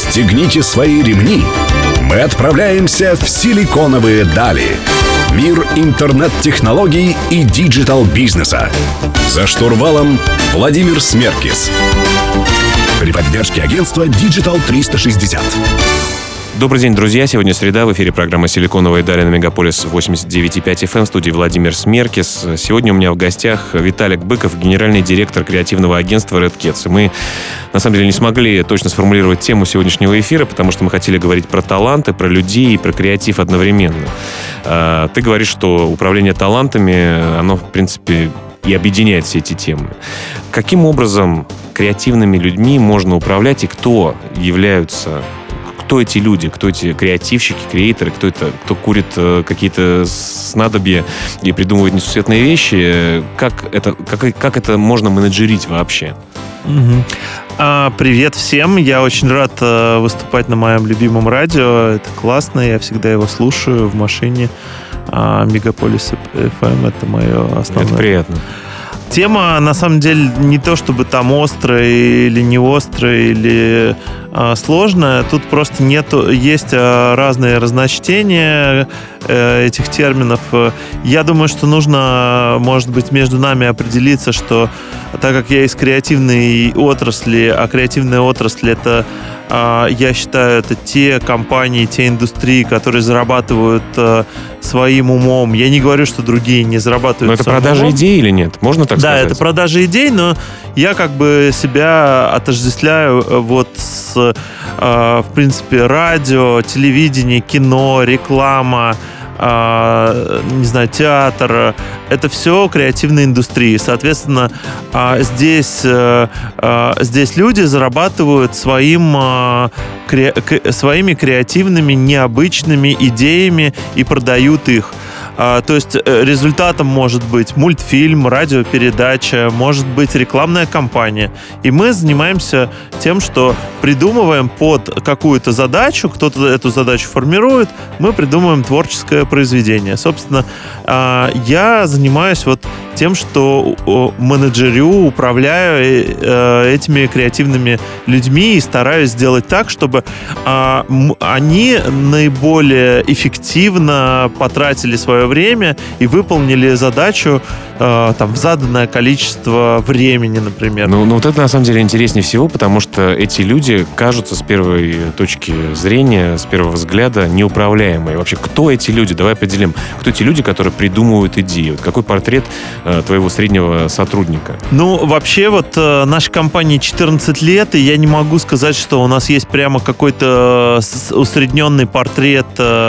Расстегните свои ремни. Мы отправляемся в силиконовые дали. Мир интернет-технологий и диджитал-бизнеса. За штурвалом Владимир Смеркис. При поддержке агентства Digital 360. Добрый день, друзья. Сегодня среда. В эфире программа «Силиконовые дали» на Мегаполис 89.5 FM. В студии Владимир Смеркис. Сегодня у меня в гостях Виталик Быков, генеральный директор креативного агентства Red Cats. И мы, на самом деле, не смогли точно сформулировать тему сегодняшнего эфира, потому что мы хотели говорить про таланты, про людей и про креатив одновременно. Ты говоришь, что управление талантами, оно, в принципе, и объединяет все эти темы. Каким образом креативными людьми можно управлять, и кто эти люди, кто эти креативщики, креаторы, кто курит какие-то снадобья и придумывает несусветные вещи? Как это можно менеджерить вообще? Привет всем, я очень рад выступать на моем любимом радио, это классно, я всегда его слушаю в машине. Мегаполис FM — это мое основное. Это приятно. Тема, на самом деле, не то чтобы там острая или не острая, или сложная. Тут просто есть разные разночтения этих терминов. Я думаю, что нужно, может быть, между нами определиться, что так как я из креативной отрасли, а креативная отрасль — это, я считаю, это те компании, те индустрии, которые зарабатывают своим умом. Я не говорю, что другие не зарабатывают. Но это продажа идей или нет? Можно так сказать? Да, это продажа идей, но я как бы себя отождествляю вот с, в принципе, радио, телевидение, кино, реклама, не знаю, театр. Это все креативные индустрии. Соответственно, здесь люди зарабатывают своими креативными, необычными идеями и продают их. То есть результатом может быть мультфильм, радиопередача, может быть рекламная кампания. И мы занимаемся тем, что придумываем под какую-то задачу, кто-то эту задачу формирует, мы придумываем творческое произведение. Собственно, я занимаюсь вот тем, что менеджерю, управляю этими креативными людьми и стараюсь сделать так, чтобы они наиболее эффективно потратили свое время и выполнили задачу в заданное количество времени, например. Ну, вот это на самом деле интереснее всего, потому что эти люди кажутся с первой точки зрения, с первого взгляда неуправляемые. Вообще, кто эти люди? Давай определим. Кто эти люди, которые придумывают идеи? Вот какой портрет твоего среднего сотрудника? Ну, вообще, вот нашей компании 14 лет, и я не могу сказать, что у нас есть прямо какой-то усредненный портрет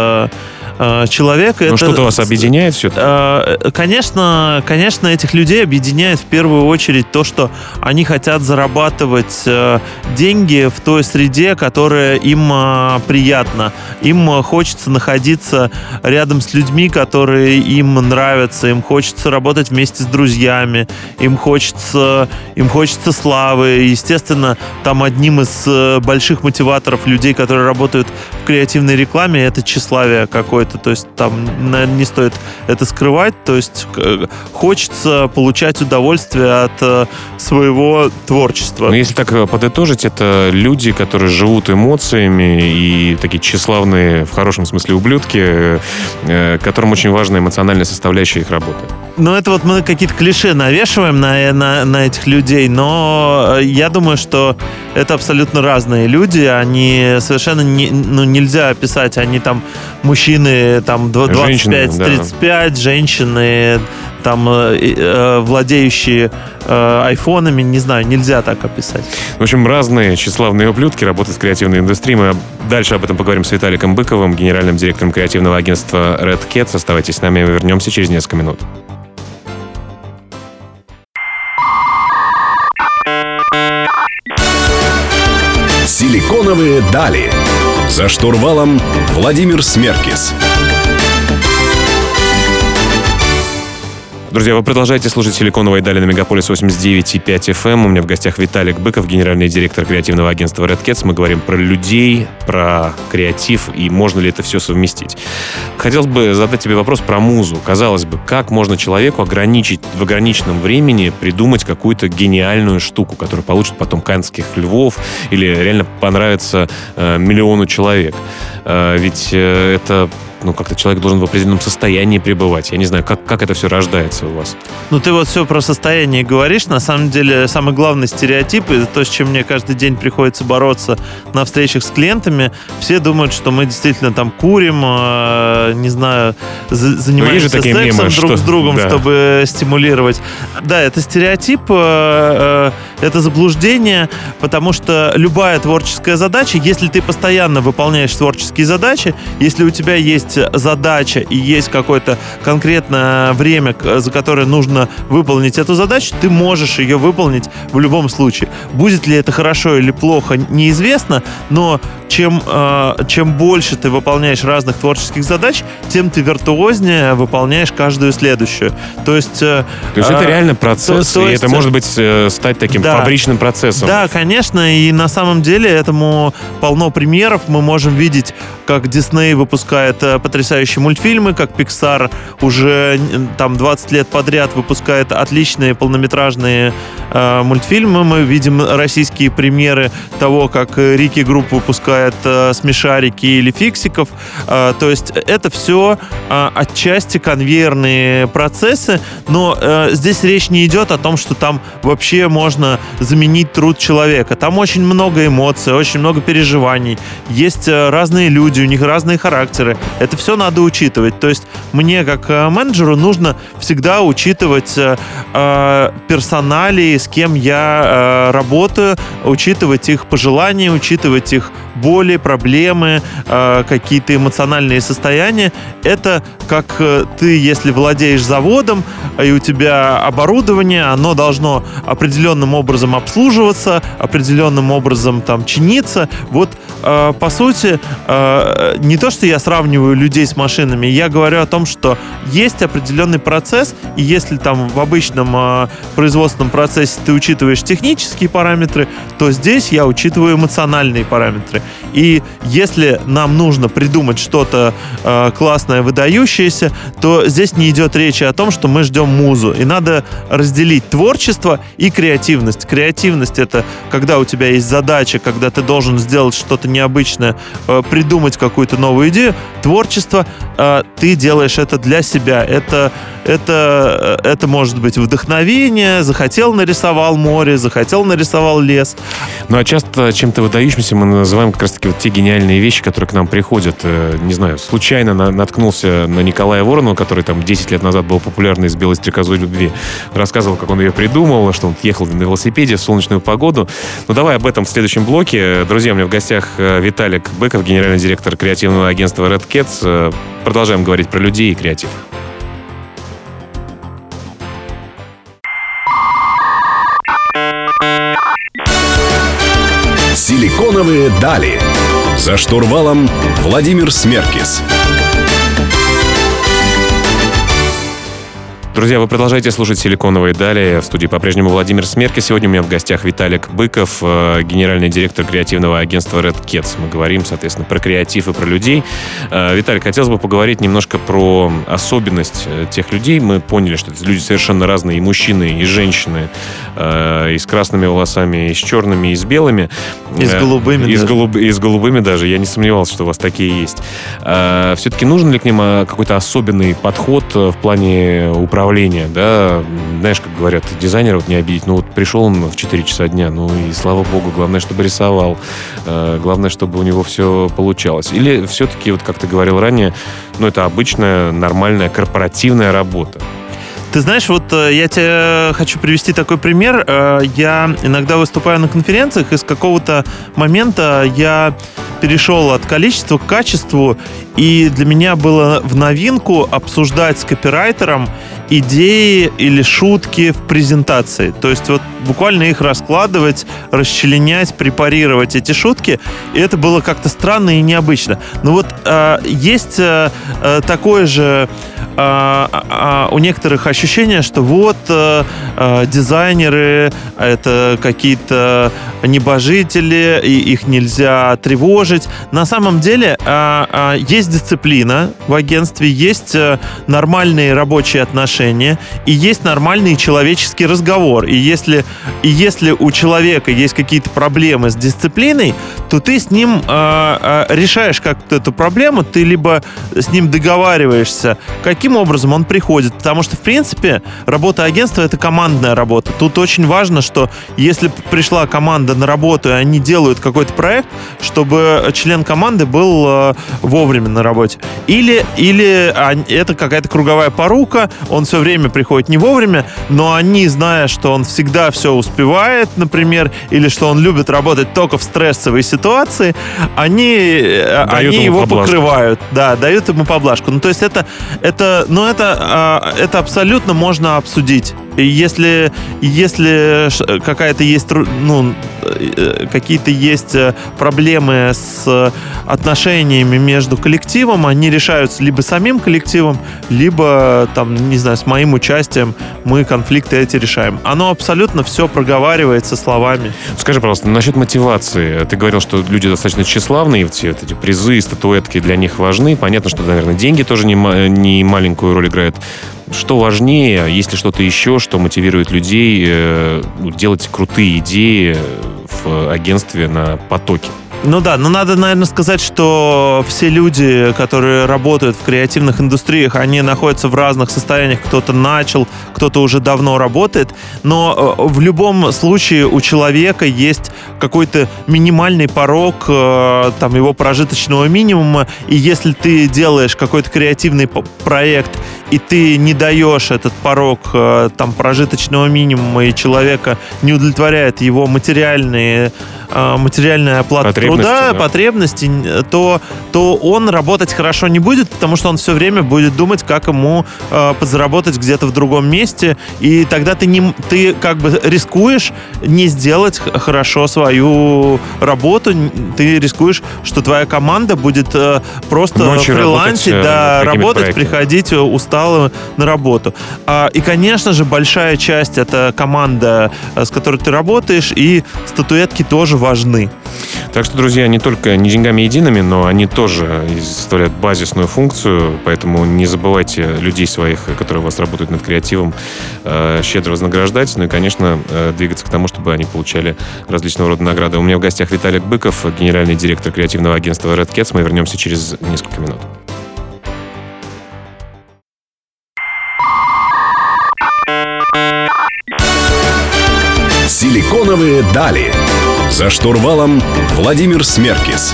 человека. Но что-то вас объединяет все-таки? Конечно, этих людей объединяет в первую очередь то, что они хотят зарабатывать деньги в той среде, которая им приятна. Им хочется находиться рядом с людьми, которые им нравятся. Им хочется работать вместе с друзьями. Им хочется славы. Естественно, там одним из больших мотиваторов людей, которые работают в креативной рекламе, это тщеславие какое-то. То есть там не стоит это скрывать. То есть хочется получать удовольствие от своего творчества. Но если так подытожить, это люди, которые живут эмоциями и такие тщеславные, в хорошем смысле, ублюдки, которым очень важна эмоциональная составляющая их работы. Ну, это вот мы какие-то клише навешиваем на этих людей, но я думаю, что это абсолютно разные люди. Они совершенно нельзя описать, они там мужчины там 25-35, женщины там владеющие айфонами, не знаю, нельзя так описать. В общем, разные тщеславные ублюдки работают в креативной индустрии. Мы дальше об этом поговорим с Виталиком Быковым, генеральным директором креативного агентства Red Cats. Оставайтесь с нами, мы вернемся через несколько минут. Силиконовые дали. За штурвалом Владимир Смеркис. Друзья, вы продолжаете слушать «Силиконовые дали» на Мегаполис 89,5 FM. У меня в гостях Виталик Быков, генеральный директор креативного агентства Red Cats. Мы говорим про людей, про креатив и можно ли это все совместить. Хотелось бы задать тебе вопрос про музу. Казалось бы, как можно человеку ограничить в ограниченном времени придумать какую-то гениальную штуку, которая получит потом каннских львов или реально понравится миллиону человек? Ведь это... как-то человек должен в определенном состоянии пребывать. Я не знаю, как это все рождается у вас. Ты вот все про состояние говоришь. На самом деле, самый главный стереотип, и то, с чем мне каждый день приходится бороться на встречах с клиентами, все думают, что мы действительно там курим, не знаю, занимаемся сексом мемы, друг с другом, да, чтобы стимулировать. Да, это стереотип, это заблуждение, потому что любая творческая задача, если ты постоянно выполняешь творческие задачи, если у тебя есть задача и есть какое-то конкретное время, за которое нужно выполнить эту задачу, ты можешь ее выполнить в любом случае. Будет ли это хорошо или плохо, неизвестно, но чем больше ты выполняешь разных творческих задач, тем ты виртуознее выполняешь каждую следующую. То есть это реально процесс, и это может быть стать таким фабричным процессом. Да, конечно, и на самом деле этому полно примеров. Мы можем видеть, как Disney выпускает потрясающие мультфильмы, как Pixar уже там 20 лет подряд выпускает отличные полнометражные мультфильмы. Мы видим российские примеры того, как Рики Групп выпускает смешарики или фиксиков. То есть это все отчасти конвейерные процессы, но здесь речь не идет о том, что там вообще можно заменить труд человека. Там очень много эмоций, очень много переживаний. Есть разные люди, у них разные характеры. Это все надо учитывать. То есть мне, как менеджеру, нужно всегда учитывать персоналии, с кем я работаю, учитывать их пожелания, учитывать их боли, проблемы, какие-то эмоциональные состояния. Это как ты, если владеешь заводом, и у тебя оборудование, оно должно определенным образом обслуживаться, определенным образом там чиниться. Вот, по сути, не то, что я сравниваю людей с машинами, я говорю о том, что есть определенный процесс, и если там в обычном производственном процессе ты учитываешь технические параметры, то здесь я учитываю эмоциональные параметры. И если нам нужно придумать что-то классное, выдающееся, то здесь не идет речи о том, что мы ждем музу. И надо разделить творчество и креативность. Креативность — это когда у тебя есть задача, когда ты должен сделать что-то необычное, придумать какую-то новую идею. Творчество — ты делаешь это для себя. Это может быть вдохновение, захотел — нарисовал море, захотел — нарисовал лес. Ну а часто чем-то выдающимся мы называем как раз-таки вот те гениальные вещи, которые к нам приходят. Не знаю, случайно наткнулся на Николая Воронова, который там 10 лет назад был популярный с «Белой стрекозой любви». Рассказывал, как он ее придумал, что он ехал на велосипеде в солнечную погоду. Ну давай об этом в следующем блоке. Друзья, у меня в гостях Виталик Быков, генеральный директор креативного агентства Red Cats. Продолжаем говорить про людей и креатив. «Силиконовые дали». За штурвалом Владимир Смеркис. Друзья, вы продолжаете слушать «Силиконовые дали». В студии по-прежнему Владимир Смеркис. Сегодня у меня в гостях Виталик Быков, генеральный директор креативного агентства Red Cats. Мы говорим, соответственно, про креатив и про людей. Виталик, хотелось бы поговорить немножко про особенность тех людей. Мы поняли, что это люди совершенно разные, и мужчины, и женщины, и с красными волосами, и с черными, и с белыми. И с голубыми. И с голубыми даже. Я не сомневался, что у вас такие есть. Все-таки нужен ли к ним какой-то особенный подход в плане управления? Да, знаешь, как говорят, дизайнера вот не обидеть. Ну вот пришел он в 4 часа дня, ну и слава богу, главное, чтобы рисовал, главное, чтобы у него все получалось. Или все-таки, вот как ты говорил ранее, ну это обычная, нормальная, корпоративная работа. Ты знаешь, вот я тебе хочу привести такой пример. Я иногда выступаю на конференциях, и с какого-то момента я перешел от количества к качеству, и для меня было в новинку обсуждать с копирайтером идеи или шутки в презентации. То есть вот буквально их раскладывать, расчленять, препарировать эти шутки, и это было как-то странно и необычно. Но вот есть такое же у некоторых ощущение, что вот дизайнеры — это какие-то небожители, и их нельзя тревожить. На самом деле есть дисциплина в агентстве, есть нормальные рабочие отношения и есть нормальный человеческий разговор. И если у человека есть какие-то проблемы с дисциплиной, то ты с ним решаешь как-то эту проблему, ты либо с ним договариваешься, каким образом он приходит. Потому что, в принципе, работа агентства — это командная работа. Тут очень важно, что если пришла команда на работу, и они делают какой-то проект, чтобы член команды был вовремя на работе. Или это какая-то круговая порука, он все время приходит не вовремя, но они, зная, что он всегда все успевает, например, или что он любит работать только в стрессовой ситуации, они его покрывают. Да, дают ему поблажку. Ну, то есть это абсолютно можно обсудить. И если какая-то есть, какие-то есть проблемы с отношениями между коллективом, они решаются либо самим коллективом, либо, там, не знаю, с моим участием мы конфликты эти решаем. Оно абсолютно все проговаривается словами. Скажи, пожалуйста, насчет мотивации. Ты говорил, что люди достаточно тщеславные, все эти призы, статуэтки для них важны. Понятно, что, наверное, деньги тоже не маленькую роль играют. Что важнее, есть ли что-то еще, что мотивирует людей делать крутые идеи в агентстве на потоке? Ну да, но надо, наверное, сказать, что все люди, которые работают в креативных индустриях, они находятся в разных состояниях. Кто-то начал, кто-то уже давно работает. Но в любом случае у человека есть какой-то минимальный порог там, его прожиточного минимума. И если ты делаешь какой-то креативный проект, и ты не даешь этот порог там, прожиточного минимума, и человека не удовлетворяет его материальная оплата труда, потребности, то он работать хорошо не будет, потому что он все время будет думать, как ему подзаработать где-то в другом месте, и тогда ты как бы рискуешь не сделать хорошо свою работу, ты рискуешь, что твоя команда будет просто ночью фрилансить, работать, приходить усталым на работу. И, конечно же, большая часть — это команда, с которой ты работаешь, и статуэтки тоже важны. Так что, друзья, не только не деньгами едиными, но они тоже составляют базисную функцию, поэтому не забывайте людей своих, которые у вас работают над креативом, щедро вознаграждать, ну и, конечно, двигаться к тому, чтобы они получали различного рода награды. У меня в гостях Виталик Быков, генеральный директор креативного агентства Red Cats. Мы вернемся через несколько минут. Силиконовые дали. За штурвалом Владимир Смеркис.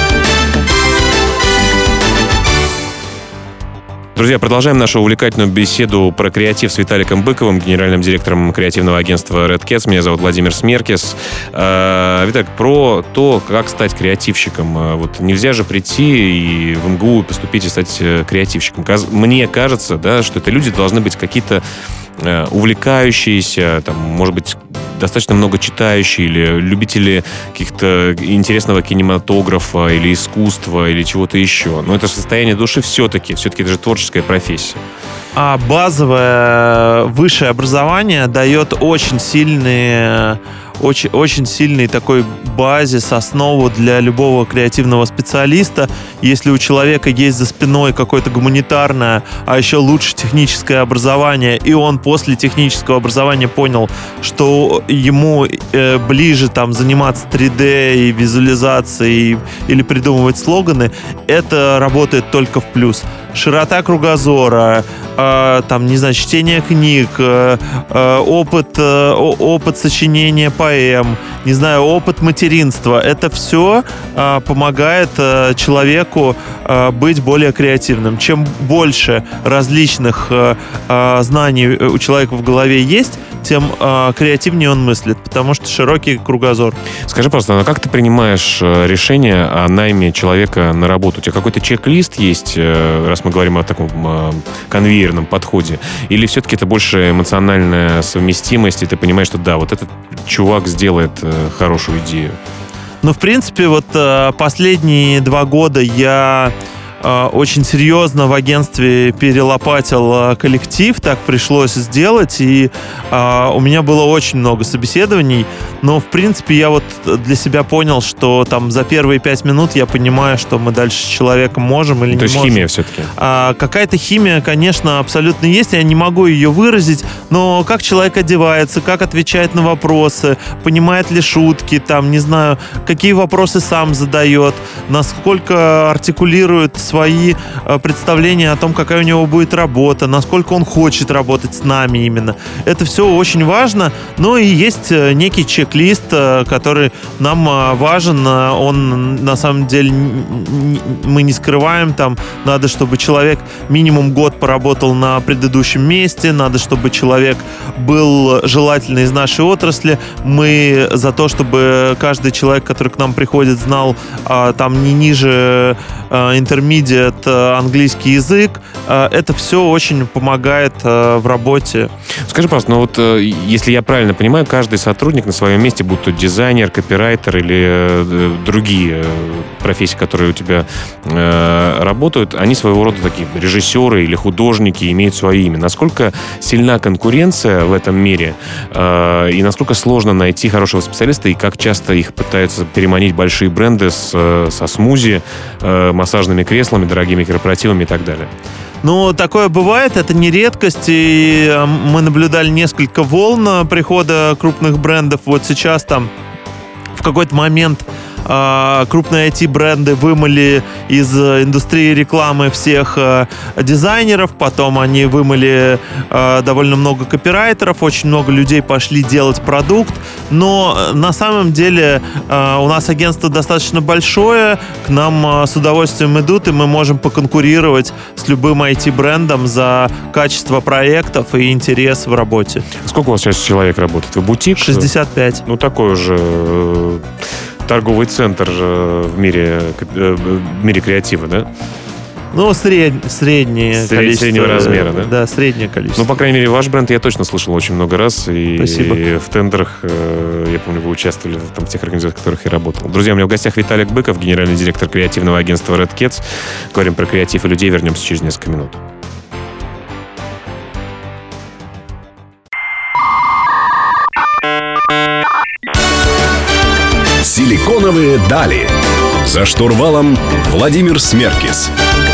Друзья, продолжаем нашу увлекательную беседу про креатив с Виталиком Быковым, генеральным директором креативного агентства Red Cats. Меня зовут Владимир Смеркис. Виталик, про то, как стать креативщиком. Вот нельзя же прийти и в МГУ поступить и стать креативщиком. Мне кажется, да, что это люди должны быть какие-то увлекающиеся, там, может быть, достаточно много читающие или любители каких-то интересного кинематографа или искусства или чего-то еще. Но это состояние души все-таки это же творческая профессия. А базовое высшее образование дает очень сильный такой базис, основу для любого креативного специалиста. Если у человека есть за спиной какое-то гуманитарное, а еще лучше техническое образование, и он после технического образования понял, что ему ближе там заниматься 3D и визуализацией или придумывать слоганы, это работает только в плюс. Широта кругозора, там, не знаю, чтение книг, опыт сочинения поэм, не знаю, опыт материнства. Это все помогает человеку быть более креативным. Чем больше различных знаний у человека в голове есть, тем креативнее он мыслит, потому что широкий кругозор. Скажи, пожалуйста, а как ты принимаешь решение о найме человека на работу? У тебя какой-то чек-лист есть, раз мы говорим о таком конвейерном подходе? Или все-таки это больше эмоциональная совместимость, и ты понимаешь, что да, вот этот чувак сделает хорошую идею? Ну, в принципе, вот последние 2 года я очень серьезно в агентстве перелопатил коллектив, так пришлось сделать, и у меня было очень много собеседований, но, в принципе, я вот для себя понял, что там за первые 5 минут я понимаю, что мы дальше с человеком можем или не можем. То есть химия все-таки? Какая-то химия, конечно, абсолютно есть, я не могу ее выразить, но как человек одевается, как отвечает на вопросы, понимает ли шутки, там, не знаю, какие вопросы сам задает, насколько артикулирует свои представления о том, какая у него будет работа, насколько он хочет работать с нами именно. Это все очень важно, но и есть некий чек-лист, который нам важен. Он, на самом деле, мы не скрываем, там, надо, чтобы человек минимум год поработал на предыдущем месте, надо, чтобы человек был желательно из нашей отрасли. Мы за то, чтобы каждый человек, который к нам приходит, знал там не ниже intermediate английский язык. Это все очень помогает в работе. Скажи, пожалуйста, ну вот если я правильно понимаю, каждый сотрудник на своем месте, будь то дизайнер, копирайтер или другие профессии, которые у тебя работают, они своего рода такие режиссеры или художники, имеют свое имя. Насколько сильна конкуренция в этом мире и насколько сложно найти хорошего специалиста, и как часто их пытаются переманить большие бренды со смузи, массажными креслами, дорогими корпоративами и так далее? Ну, такое бывает, это не редкость, и мы наблюдали несколько волн прихода крупных брендов. Вот сейчас там в какой-то момент крупные IT-бренды вымыли из индустрии рекламы всех дизайнеров, потом они вымыли довольно много копирайтеров, очень много людей пошли делать продукт, но на самом деле у нас агентство достаточно большое, к нам с удовольствием идут, и мы можем поконкурировать с любым IT-брендом за качество проектов и интерес в работе. Сколько у вас сейчас человек работает? Вы бутик? 65. Ну, такой уже торговый центр в мире креатива, да? Ну, среднее количество. Среднего размера, да? Да, среднее количество. Ну, по крайней мере, ваш бренд я точно слышал очень много раз. Спасибо. И в тендерах, я помню, вы участвовали в тех организациях, в которых я работал. Друзья, у меня в гостях Виталик Быков, генеральный директор креативного агентства Red Cats. Говорим про креатив и людей. Вернемся через несколько минут. Силиконовые дали. За штурвалом Владимир Смеркис.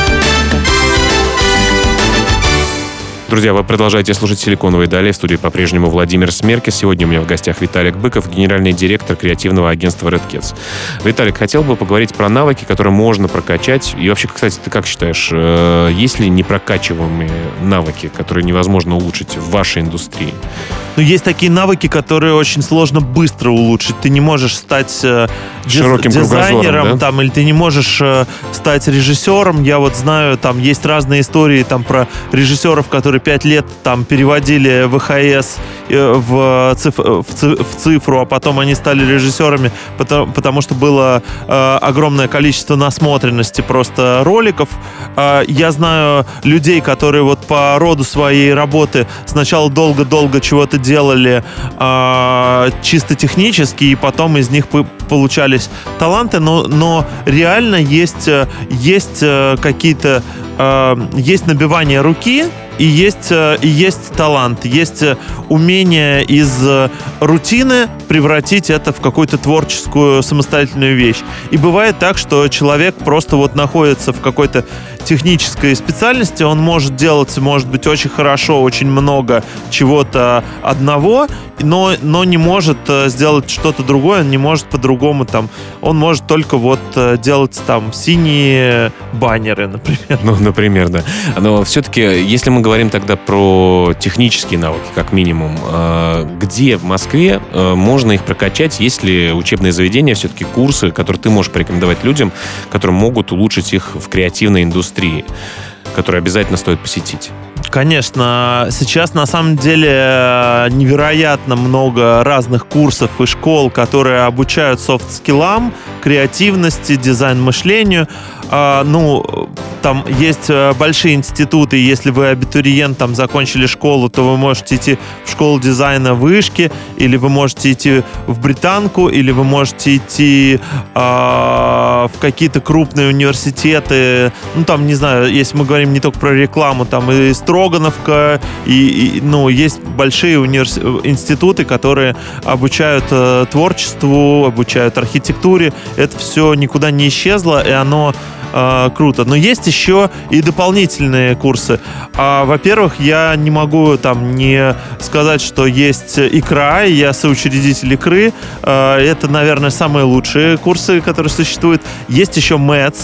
Друзья, вы продолжаете слушать «Силиконовые дали». В студии по-прежнему Владимир Смеркис. Сегодня у меня в гостях Виталик Быков, генеральный директор креативного агентства Red Cats. Виталик, хотел бы поговорить про навыки, которые можно прокачать. И вообще, кстати, ты как считаешь, есть ли непрокачиваемые навыки, которые невозможно улучшить в вашей индустрии? Ну, есть такие навыки, которые очень сложно быстро улучшить. Ты не можешь стать дизайнером, да? Там, или ты не можешь стать режиссером. Я вот знаю, там есть разные истории там, про режиссеров, которые 5 лет там переводили ВХС в цифру, а потом они стали режиссерами, потому что было огромное количество насмотренности просто роликов. Я знаю людей, которые вот по роду своей работы сначала долго-долго чего-то делали чисто технически, и потом из них получались таланты, но реально есть какие-то есть набивание руки, и есть талант, есть умение из рутины превратить это в какую-то творческую самостоятельную вещь. И бывает так, что человек просто вот находится в какой-то технической специальности, он может делать, может быть, очень хорошо, очень много чего-то одного, но не может сделать что-то другое, он не может по-другому там, он может только вот делать там синие баннеры, например. Ну, например, да. Но все-таки, если мы говорим тогда про технические навыки, как минимум, где в Москве можно их прокачать? Есть ли учебные заведения, все-таки курсы, которые ты можешь порекомендовать людям, которые могут улучшить их в креативной индустрии, которые обязательно стоит посетить? Конечно, сейчас на самом деле невероятно много разных курсов и школ, которые обучают софт-скиллам, креативности, дизайн-мышлению. там есть большие институты, если вы абитуриент, там, закончили школу, то вы можете идти в школу дизайна вышки, или вы можете идти в британку, или вы можете идти в какие-то крупные университеты, там, не знаю, если мы говорим не только про рекламу, там и Строгановка, есть большие институты, которые обучают творчеству, обучают архитектуре, это все никуда не исчезло, и оно круто. Но есть еще и дополнительные курсы. Во-первых, я не могу не сказать, что есть икра, и я соучредитель икры. Это, наверное, самые лучшие курсы, которые существуют. Есть еще МЭЦ.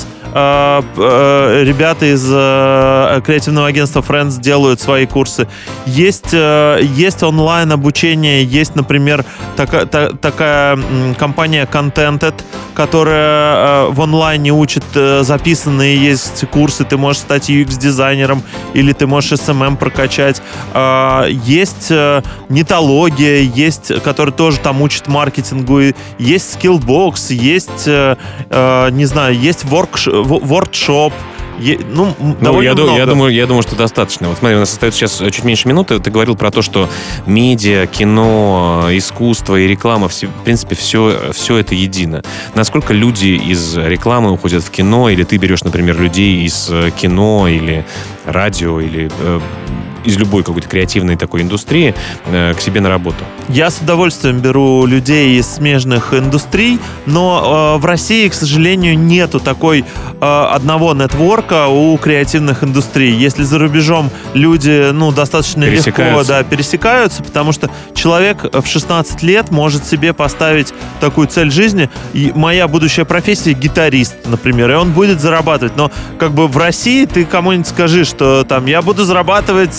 Ребята из креативного агентства Friends делают свои курсы. Есть онлайн обучение, есть, например, такая компания Contented, которая в онлайне учит записанные есть курсы. Ты можешь стать UX-дизайнером или ты можешь SMM прокачать. Есть нетология, который тоже там учит маркетингу. Есть Skillbox, есть, не знаю, есть воркшоп. Я думаю, что достаточно. Вот смотри, у нас остается сейчас чуть меньше минуты. Ты говорил про то, что медиа, кино, искусство и реклама, в принципе, все это едино. Насколько люди из рекламы уходят в кино, или ты берешь, например, людей из кино или радио, или из любой какой-то креативной такой индустрии к себе на работу? Я с удовольствием беру людей из смежных индустрий, но в России, к сожалению, нету такой одного нетворка у креативных индустрий. Если за рубежом люди достаточно легко пересекаются, потому что человек в 16 лет может себе поставить такую цель жизни. И моя будущая профессия — гитарист, например, и он будет зарабатывать. Но в России ты кому-нибудь скажи, что я буду зарабатывать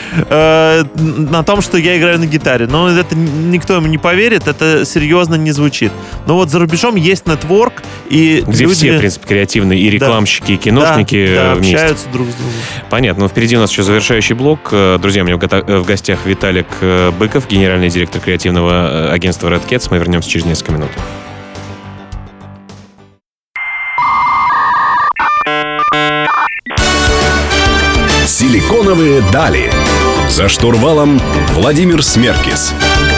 на том, что я играю на гитаре. Но это никто ему не поверит, это серьезно не звучит. Но вот за рубежом есть нетворк, и где люди... все, в принципе, креативные, и рекламщики, и киношники вместе. Общаются друг с другом. Понятно. Но впереди у нас еще завершающий блок. Друзья, у меня в гостях Виталик Быков, генеральный директор креативного агентства Red Cats. Мы вернемся через несколько минут. Силиконовые дали. За штурвалом Владимир Смеркис.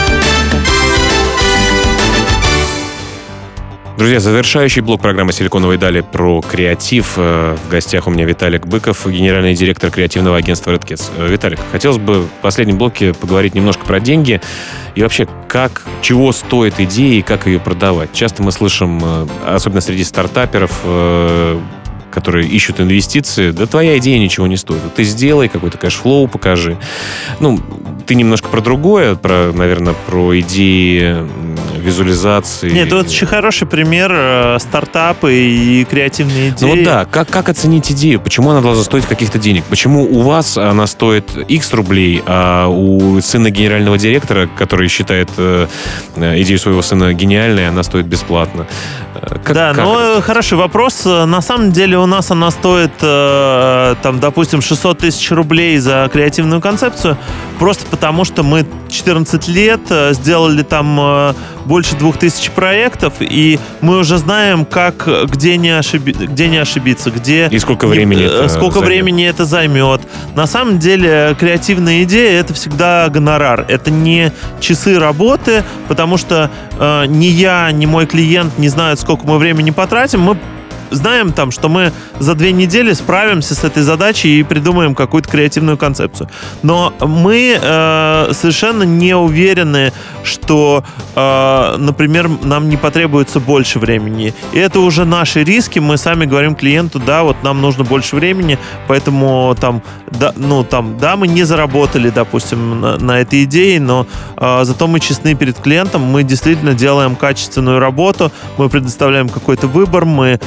Друзья, завершающий блок программы «Силиконовые дали» про креатив. В гостях у меня Виталик Быков, генеральный директор креативного агентства Red Cats. Виталик, хотелось бы в последнем блоке поговорить немножко про деньги и вообще, чего стоит идея и как ее продавать. Часто мы слышим, особенно среди стартаперов, которые ищут инвестиции, да твоя идея ничего не стоит. Ты сделай, какой-то кэшфлоу покажи. Ты немножко про другое, наверное, про идеи визуализации. Нет, это очень хороший пример, стартапы и креативные идеи. Как оценить идею? Почему она должна стоить каких-то денег? Почему у вас она стоит X рублей, а у сына генерального директора, который считает идею своего сына гениальной, она стоит бесплатно? Хороший вопрос. На самом деле у нас она стоит, допустим, 600 тысяч рублей за креативную концепцию, просто потому что мы 14 лет сделали там больше 2000 проектов, и мы уже знаем, где не ошибиться, и сколько времени это займет. На самом деле креативная идея — это всегда гонорар, это не часы работы, потому что ни я, ни мой клиент не знают, сколько мы времени потратим. Мы знаем что мы за 2 недели справимся с этой задачей и придумаем какую-то креативную концепцию. Но мы совершенно не уверены, что, например, нам не потребуется больше времени. И это уже наши риски. Мы сами говорим клиенту: нам нужно больше времени, поэтому мы не заработали, допустим, на этой идее, но зато мы честны перед клиентом, мы действительно делаем качественную работу, мы предоставляем какой-то выбор, мы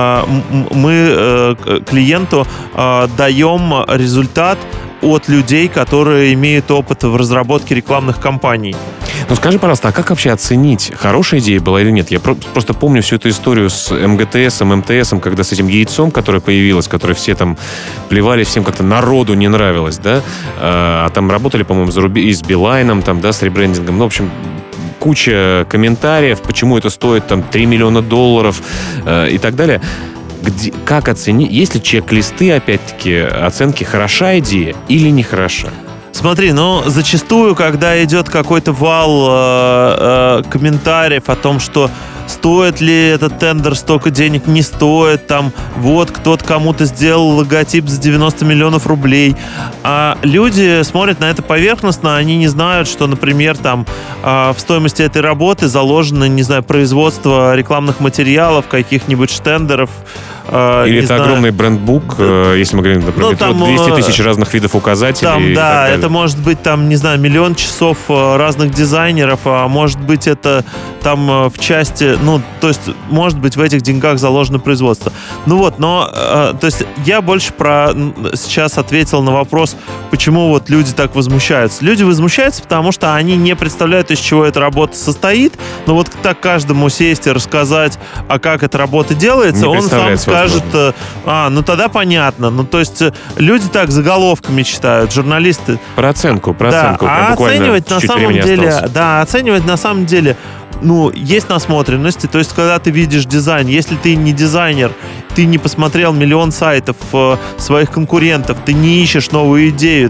клиенту даем результат от людей, которые имеют опыт в разработке рекламных кампаний. Скажи, пожалуйста, а как вообще оценить, хорошая идея была или нет? Я просто помню всю эту историю с МГТСом, МТСом, когда с этим яйцом, которое появилось, которое все там плевали, всем как-то народу не нравилось, да? А там работали, по-моему, и с Билайном, с ребрендингом. В общем, куча комментариев, почему это стоит $3 миллиона и так далее. Как оценить? Есть ли чек-листы, опять-таки, оценки, хороша идея или не хороша? Смотри, зачастую, когда идет какой-то вал комментариев о том, что стоит ли этот тендер столько денег, не стоит, там, вот, кто-то кому-то сделал логотип за 90 миллионов рублей. А люди смотрят на это поверхностно, они не знают, что, например, там, в стоимости этой работы заложено, не знаю, производство рекламных материалов, каких-нибудь штендеров. Или это огромный брендбук, если мы говорим, например, там, 200 тысяч разных видов указателей. Там, да, это может быть, там, не знаю, 1 миллион часов разных дизайнеров, а может быть, это там в части, то есть, может быть, в этих деньгах заложено производство. То есть, я больше сейчас ответил на вопрос, почему вот люди так возмущаются. Люди возмущаются, потому что они не представляют, из чего эта работа состоит, но вот так каждому сесть и рассказать, как эта работа делается, он сам скажет, тогда понятно. То есть люди так заголовками читают, журналисты. Про оценку. Да, оценивать на самом деле, есть насмотренности. То есть, когда ты видишь дизайн, если ты не дизайнер, ты не посмотрел миллион сайтов своих конкурентов, ты не ищешь новую идею,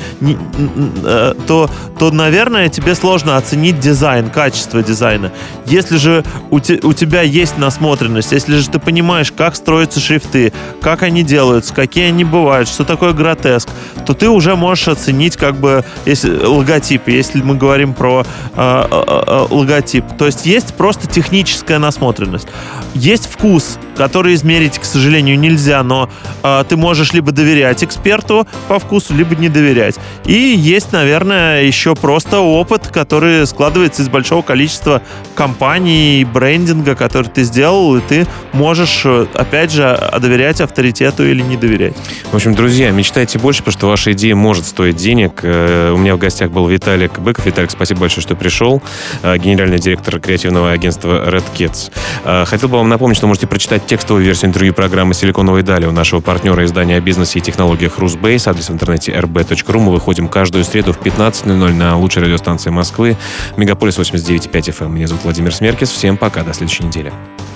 то, наверное, тебе сложно оценить дизайн, качество дизайна. Если же у тебя есть насмотренность, если же ты понимаешь, как строятся шрифты, как они делаются, какие они бывают, что такое гротеск, то ты уже можешь оценить логотип, если мы говорим про логотип. То есть есть просто техническая насмотренность. Есть вкус, который измерить, к сожалению, нельзя, но ты можешь либо доверять эксперту по вкусу, либо не доверять. И есть, наверное, еще просто опыт, который складывается из большого количества компаний, брендинга, который ты сделал, и ты можешь, опять же, доверять авторитету или не доверять. В общем, друзья, мечтайте больше, потому что ваша идея может стоить денег. У меня в гостях был Виталик Быков. Виталик, спасибо большое, что пришел. Генеральный директор креативного агентства Red Kids. Хотел бы вам напомнить, что можете прочитать текстовую версию интервью программы «Силиконовые дали» у нашего партнера издания о бизнесе и технологиях «Русбейс». Адрес в интернете rb.ru. Мы выходим каждую среду в 15:00 на лучшей радиостанции Москвы. Мегаполис 89.5 FM. Меня зовут Владимир Смеркис. Всем пока. До следующей недели.